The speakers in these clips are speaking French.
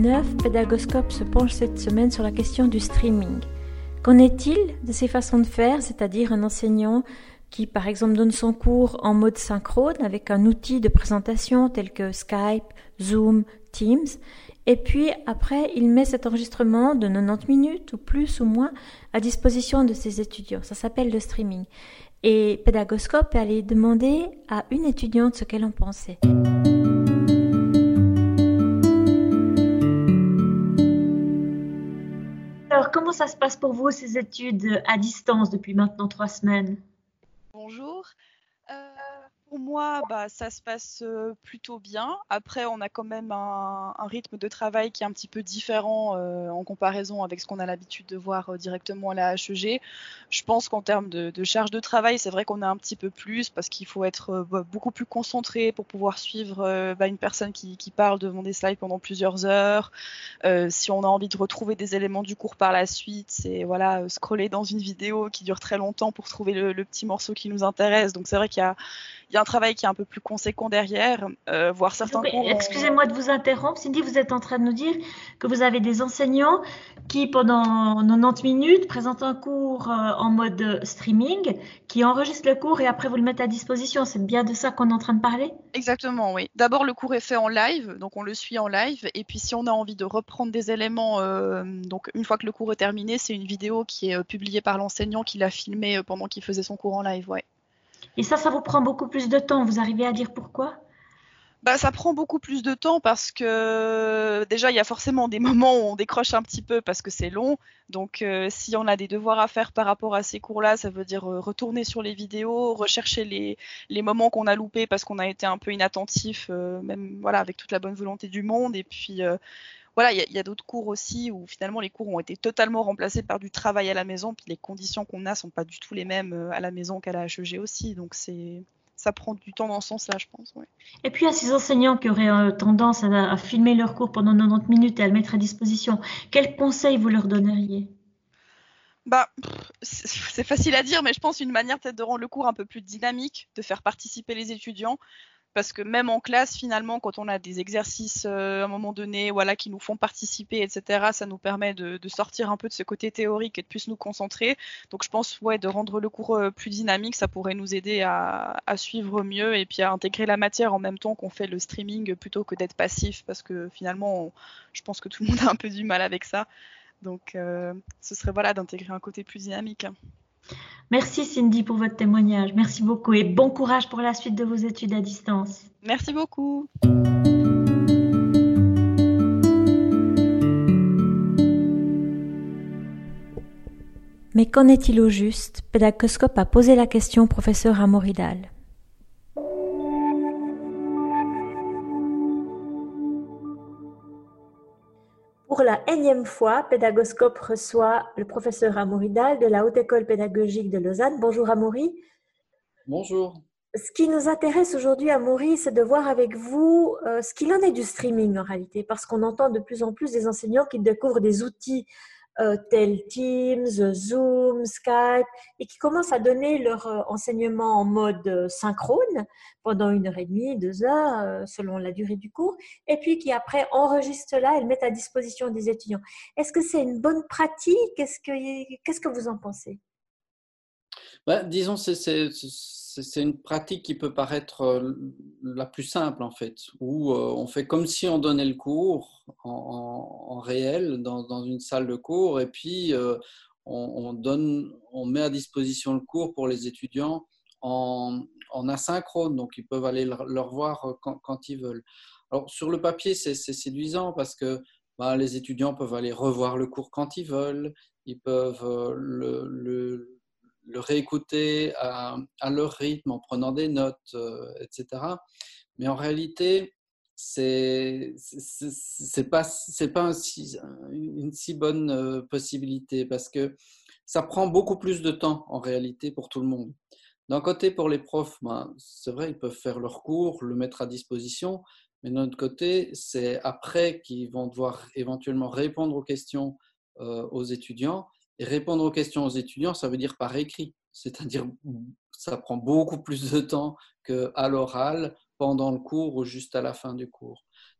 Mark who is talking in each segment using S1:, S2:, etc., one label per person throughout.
S1: Covid-19, Pédagoscope se penche cette semaine sur la question du streaming. Qu'en est-il de ces façons de faire, c'est-à-dire un enseignant qui, par exemple, donne son cours en mode synchrone avec un outil de présentation tel que Skype, Zoom, Teams, et puis après, il met cet enregistrement de 90 minutes ou plus ou moins à disposition de ses étudiants. Ça s'appelle le streaming. Et Pédagoscope est allé demander à une étudiante ce qu'elle en pensait. Alors, comment ça se passe pour vous, ces études à distance depuis maintenant 3 semaines?
S2: Bonjour. Pour moi, ça se passe plutôt bien. Après, on a quand même un rythme de travail qui est un petit peu différent en comparaison avec ce qu'on a l'habitude de voir directement à la HEG. Je pense qu'en termes de charge de travail, c'est vrai qu'on a un petit peu plus parce qu'il faut être beaucoup plus concentré pour pouvoir suivre une personne qui parle devant des slides pendant plusieurs heures. Si on a envie de retrouver des éléments du cours par la suite, c'est voilà, scroller dans une vidéo qui dure très longtemps pour trouver le petit morceau qui nous intéresse. Donc c'est vrai qu'il y a un travail qui est un peu plus conséquent derrière, voir certains cours.
S1: Excusez-moi de vous interrompre. Cindy, vous êtes en train de nous dire que vous avez des enseignants qui, pendant 90 minutes, présentent un cours en mode streaming, qui enregistrent le cours et après vous le mettez à disposition. C'est bien de ça qu'on est en train de parler?
S2: Exactement, oui. D'abord, le cours est fait en live, donc on le suit en live. Et puis, si on a envie de reprendre des éléments, donc une fois que le cours est terminé, c'est une vidéo qui est publiée par l'enseignant qui l'a filmé pendant qu'il faisait son cours en live, ouais.
S1: Et ça vous prend beaucoup plus de temps. Vous arrivez à dire pourquoi?
S2: Ça prend beaucoup plus de temps parce que déjà, il y a forcément des moments où on décroche un petit peu parce que c'est long. Donc, si on a des devoirs à faire par rapport à ces cours-là, ça veut dire retourner sur les vidéos, rechercher les moments qu'on a loupés parce qu'on a été un peu inattentif, même voilà, avec toute la bonne volonté du monde. Et puis, voilà, il y a d'autres cours aussi où finalement les cours ont été totalement remplacés par du travail à la maison. Puis les conditions qu'on a sont pas du tout les mêmes à la maison qu'à la HEG aussi. Donc, ça prend du temps dans ce sens-là, je pense. Ouais.
S1: Et puis à ces enseignants qui auraient tendance à filmer leur cours pendant 90 minutes et à le mettre à disposition, quels conseils vous leur donneriez?
S2: C'est facile à dire, mais je pense une manière peut-être de rendre le cours un peu plus dynamique, de faire participer les étudiants. Parce que même en classe, finalement, quand on a des exercices à un moment donné, voilà, qui nous font participer, etc., ça nous permet de sortir un peu de ce côté théorique et de plus nous concentrer. Donc je pense, ouais, de rendre le cours plus dynamique, ça pourrait nous aider à suivre mieux et puis à intégrer la matière en même temps qu'on fait le streaming plutôt que d'être passif, parce que finalement, je pense que tout le monde a un peu du mal avec ça. Donc ce serait voilà, d'intégrer un côté plus dynamique.
S1: Merci Cindy pour votre témoignage. Merci beaucoup et bon courage pour la suite de vos études à distance.
S2: Merci beaucoup.
S1: Mais qu'en est-il au juste? Pédagoscope a posé la question au professeur Amoridal. Pour la énième fois, Pédagoscope reçoit le professeur Amoridal de la Haute École pédagogique de Lausanne. Bonjour Amaury.
S3: Bonjour.
S1: Ce qui nous intéresse aujourd'hui, Amaury, c'est de voir avec vous ce qu'il en est du streaming en réalité, parce qu'on entend de plus en plus des enseignants qui découvrent des outils tels Teams, Zoom, Skype, et qui commencent à donner leur enseignement en mode synchrone pendant 1 heure et demie, 2 heures, selon la durée du cours, et puis qui après enregistrent cela et le mettent à disposition des étudiants. Est-ce que c'est une bonne pratique? Qu'est-ce que vous en pensez?
S3: Disons, c'est une pratique qui peut paraître la plus simple en fait, où on fait comme si on donnait le cours en réel dans une salle de cours et puis on met à disposition le cours pour les étudiants en asynchrone, donc ils peuvent aller le revoir quand ils veulent. Alors sur le papier, c'est séduisant parce que les étudiants peuvent aller revoir le cours quand ils veulent, ils peuvent le réécouter à leur rythme en prenant des notes, etc. Mais en réalité, c'est pas une si bonne possibilité parce que ça prend beaucoup plus de temps en réalité pour tout le monde. D'un côté, pour les profs, c'est vrai, ils peuvent faire leur cours, le mettre à disposition, mais d'un autre côté, c'est après qu'ils vont devoir éventuellement répondre aux questions aux étudiants. Et répondre aux questions aux étudiants, ça veut dire par écrit. C'est-à-dire, ça prend beaucoup plus de temps qu'à l'oral, pendant le cours ou juste à la fin du cours.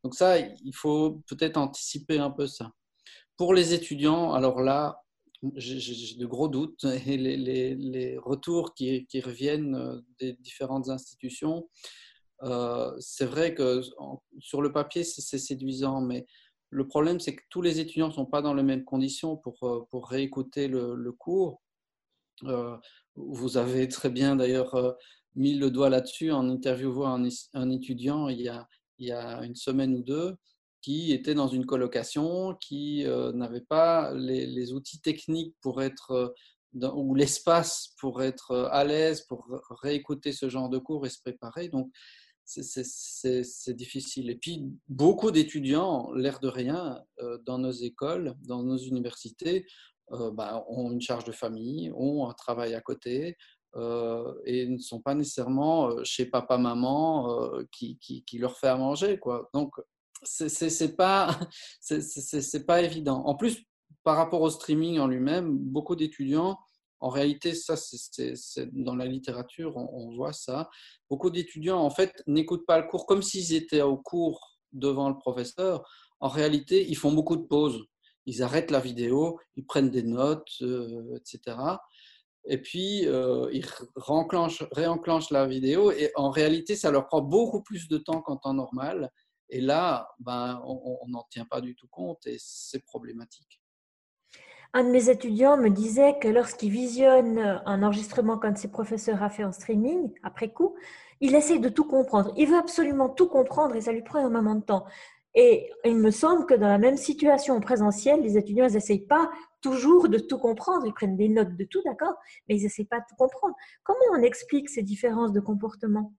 S3: Donc ça, il faut peut-être anticiper un peu ça. Pour les étudiants, alors là, j'ai de gros doutes et les retours qui reviennent des différentes institutions, c'est vrai que sur le papier, c'est séduisant, mais le problème, c'est que tous les étudiants ne sont pas dans les mêmes conditions pour réécouter le cours. Vous avez très bien d'ailleurs mis le doigt là-dessus en interviewant un étudiant il y a une semaine ou deux qui était dans une colocation, qui n'avait pas les outils techniques pour être ou l'espace pour être à l'aise, pour réécouter ce genre de cours et se préparer. Donc, c'est difficile. Et puis, beaucoup d'étudiants, l'air de rien, dans nos écoles, dans nos universités, ont une charge de famille, ont un travail à côté et ne sont pas nécessairement chez papa-maman qui leur fait à manger, quoi. Donc, c'est pas, c'est pas évident. En plus, par rapport au streaming en lui-même, beaucoup d'étudiants, en réalité, ça, dans la littérature, on voit ça. Beaucoup d'étudiants, en fait, n'écoutent pas le cours comme s'ils étaient au cours devant le professeur. En réalité, ils font beaucoup de pauses. Ils arrêtent la vidéo, ils prennent des notes, etc. Et puis, ils réenclenchent la vidéo. Et en réalité, ça leur prend beaucoup plus de temps qu'en temps normal. Et là, on n'en tient pas du tout compte et c'est problématique.
S1: Un de mes étudiants me disait que lorsqu'il visionne un enregistrement qu'un de ses professeurs a fait en streaming, après coup, il essaie de tout comprendre. Il veut absolument tout comprendre et ça lui prend énormément de temps. Et il me semble que dans la même situation en présentiel, les étudiants n'essayent pas toujours de tout comprendre. Ils prennent des notes de tout, d'accord, mais ils n'essayent pas de tout comprendre. Comment on explique ces différences de comportement?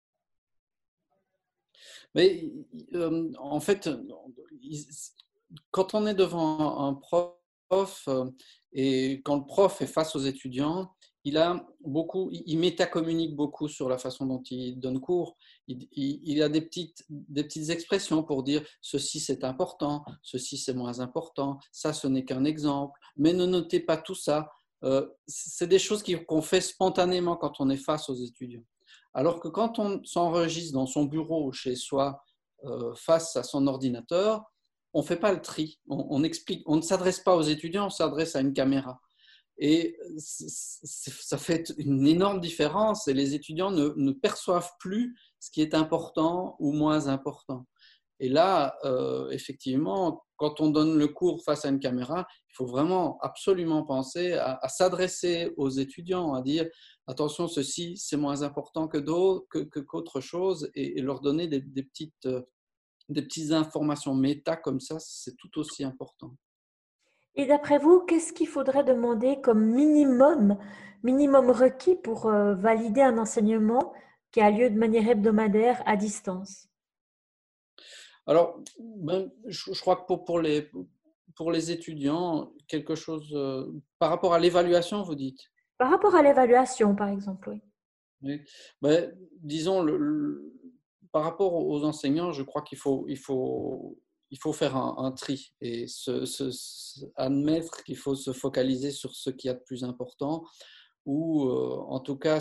S3: Mais en fait, quand on est devant un prof et quand le prof est face aux étudiants, il métacommunique beaucoup sur la façon dont il donne cours. Il a des petites expressions pour dire ceci c'est important, ceci c'est moins important, ça ce n'est qu'un exemple, mais ne notez pas tout ça. C'est des choses qu'on fait spontanément quand on est face aux étudiants. Alors que quand on s'enregistre dans son bureau ou chez soi face à son ordinateur, on ne fait pas le tri, on explique, on ne s'adresse pas aux étudiants, on s'adresse à une caméra. Et ça fait une énorme différence et les étudiants ne perçoivent plus ce qui est important ou moins important. Et là, effectivement, quand on donne le cours face à une caméra, il faut vraiment absolument penser à s'adresser aux étudiants, à dire attention, ceci c'est moins important qu'autre chose et leur donner des petites informations méta comme ça, c'est tout aussi important.
S1: Et d'après vous, qu'est-ce qu'il faudrait demander comme minimum requis pour valider un enseignement qui a lieu de manière hebdomadaire à distance?
S3: Alors, je crois que pour les étudiants, quelque chose par rapport à l'évaluation, vous dites?
S1: Par rapport à l'évaluation, par exemple, oui.
S3: Oui. Disons, par rapport aux enseignants, je crois qu'il faut faire un tri et admettre qu'il faut se focaliser sur ce qu'il y a de plus important ou en tout cas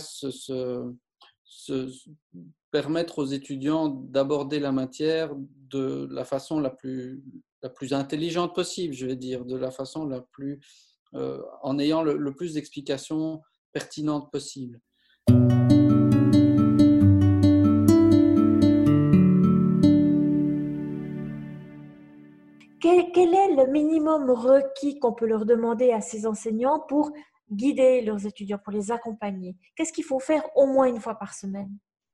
S3: permettre aux étudiants d'aborder la matière de la façon la plus intelligente possible, je vais dire, de la façon la plus, en ayant le plus d'explications pertinentes possible.
S1: Quel est le minimum requis qu'on peut leur demander à ces enseignants pour guider leurs étudiants, pour les accompagner? Qu'est-ce qu'il faut faire au moins une fois par semaine?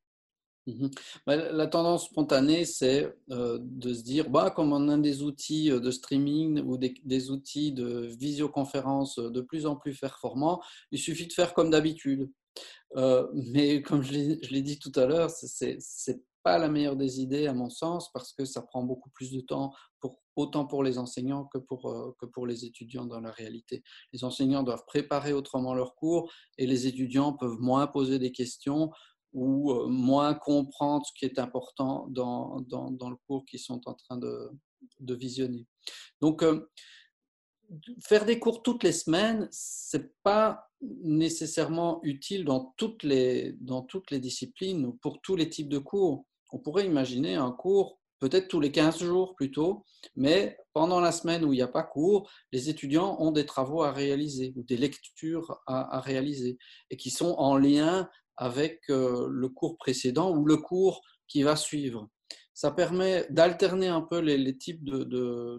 S3: La tendance spontanée, c'est de se dire, comme on a des outils de streaming ou des outils de visioconférence de plus en plus performants, il suffit de faire comme d'habitude. Mais comme je l'ai dit tout à l'heure, c'est pas la meilleure des idées à mon sens parce que ça prend beaucoup plus de temps, autant pour les enseignants que pour les étudiants dans la réalité. Les enseignants doivent préparer autrement leurs cours et les étudiants peuvent moins poser des questions ou moins comprendre ce qui est important dans le cours qu'ils sont en train de visionner. Donc, faire des cours toutes les semaines, ce n'est pas nécessairement utile dans toutes les disciplines ou pour tous les types de cours. On pourrait imaginer un cours peut-être tous les 15 jours plutôt, mais pendant la semaine où il n'y a pas cours, les étudiants ont des travaux à réaliser ou des lectures à réaliser et qui sont en lien avec le cours précédent ou le cours qui va suivre. Ça permet d'alterner un peu les types de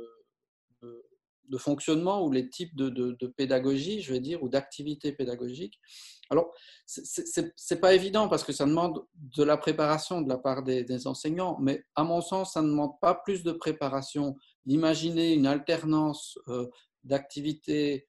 S3: fonctionnement ou les types de pédagogie, je vais dire, ou d'activités pédagogiques. Alors, c'est pas évident parce que ça demande de la préparation de la part des enseignants, mais à mon sens, ça ne demande pas plus de préparation d'imaginer une alternance d'activités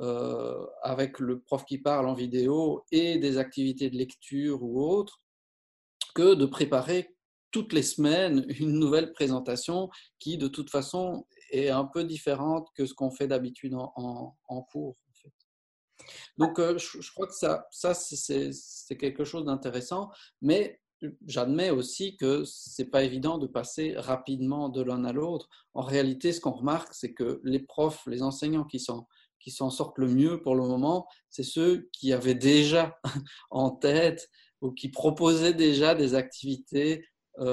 S3: avec le prof qui parle en vidéo et des activités de lecture ou autres, que de préparer toutes les semaines une nouvelle présentation qui, de toute façon, est un peu différente que ce qu'on fait d'habitude en cours. En fait. Donc, je crois que ça c'est quelque chose d'intéressant, mais j'admets aussi que ce n'est pas évident de passer rapidement de l'un à l'autre. En réalité, ce qu'on remarque, c'est que les profs, les enseignants qui s'en sortent le mieux pour le moment, c'est ceux qui avaient déjà en tête ou qui proposaient déjà des activités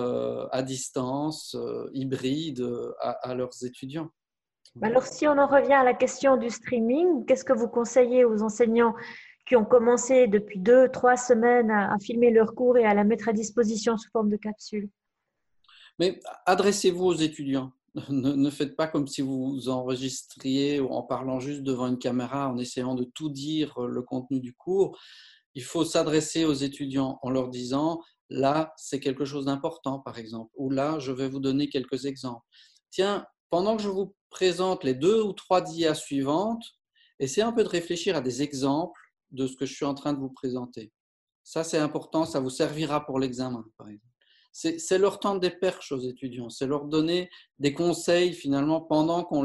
S3: à distance, hybrides à leurs étudiants.
S1: Alors, si on en revient à la question du streaming, qu'est-ce que vous conseillez aux enseignants qui ont commencé depuis 2-3 semaines à filmer leurs cours et à la mettre à disposition sous forme de capsule?
S3: Mais adressez-vous aux étudiants. Ne faites pas comme si vous enregistriez en parlant juste devant une caméra, en essayant de tout dire le contenu du cours. Il faut s'adresser aux étudiants en leur disant « là, c'est quelque chose d'important, par exemple » ou « là, je vais vous donner quelques exemples. » Tiens, pendant que je vous présente les 2 ou 3 dias suivantes, essayez un peu de réfléchir à des exemples de ce que je suis en train de vous présenter. Ça, c'est important, ça vous servira pour l'examen, par exemple. C'est leur tendre des perches aux étudiants, c'est leur donner des conseils finalement pendant qu'on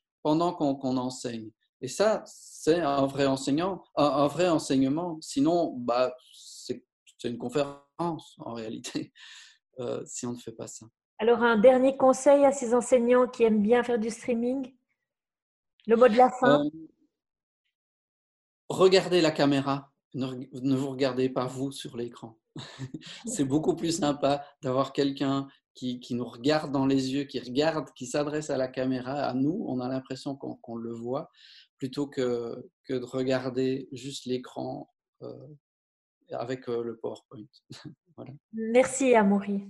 S3: enseigne. Et ça, c'est un vrai enseignement. Sinon, c'est une conférence en réalité, si on ne fait pas ça.
S1: Alors, un dernier conseil à ces enseignants qui aiment bien faire du streaming? Le mot de la fin?
S3: Regardez la caméra, ne vous regardez pas vous sur l'écran. C'est beaucoup plus sympa d'avoir quelqu'un qui nous regarde dans les yeux, qui s'adresse à la caméra, à nous, on a l'impression qu'on le voit, plutôt que de regarder juste l'écran avec le PowerPoint. Voilà.
S1: Merci, Amaury.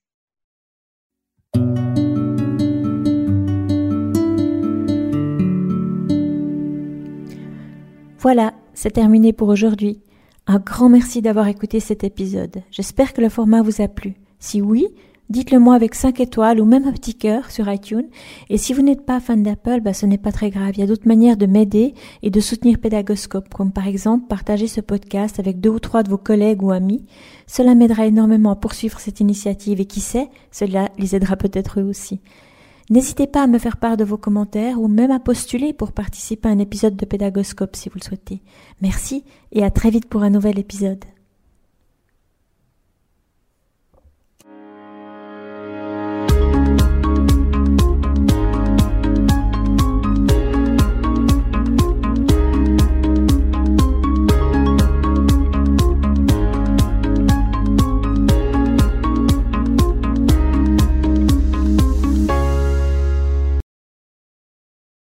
S1: Voilà, c'est terminé pour aujourd'hui. Un grand merci d'avoir écouté cet épisode. J'espère que le format vous a plu. Si oui, dites-le moi avec 5 étoiles ou même un petit cœur sur iTunes. Et si vous n'êtes pas fan d'Apple, ce n'est pas très grave. Il y a d'autres manières de m'aider et de soutenir Pédagoscope, comme par exemple partager ce podcast avec 2 ou 3 de vos collègues ou amis. Cela m'aidera énormément à poursuivre cette initiative et qui sait, cela les aidera peut-être eux aussi. N'hésitez pas à me faire part de vos commentaires ou même à postuler pour participer à un épisode de Pédagoscope si vous le souhaitez. Merci et à très vite pour un nouvel épisode.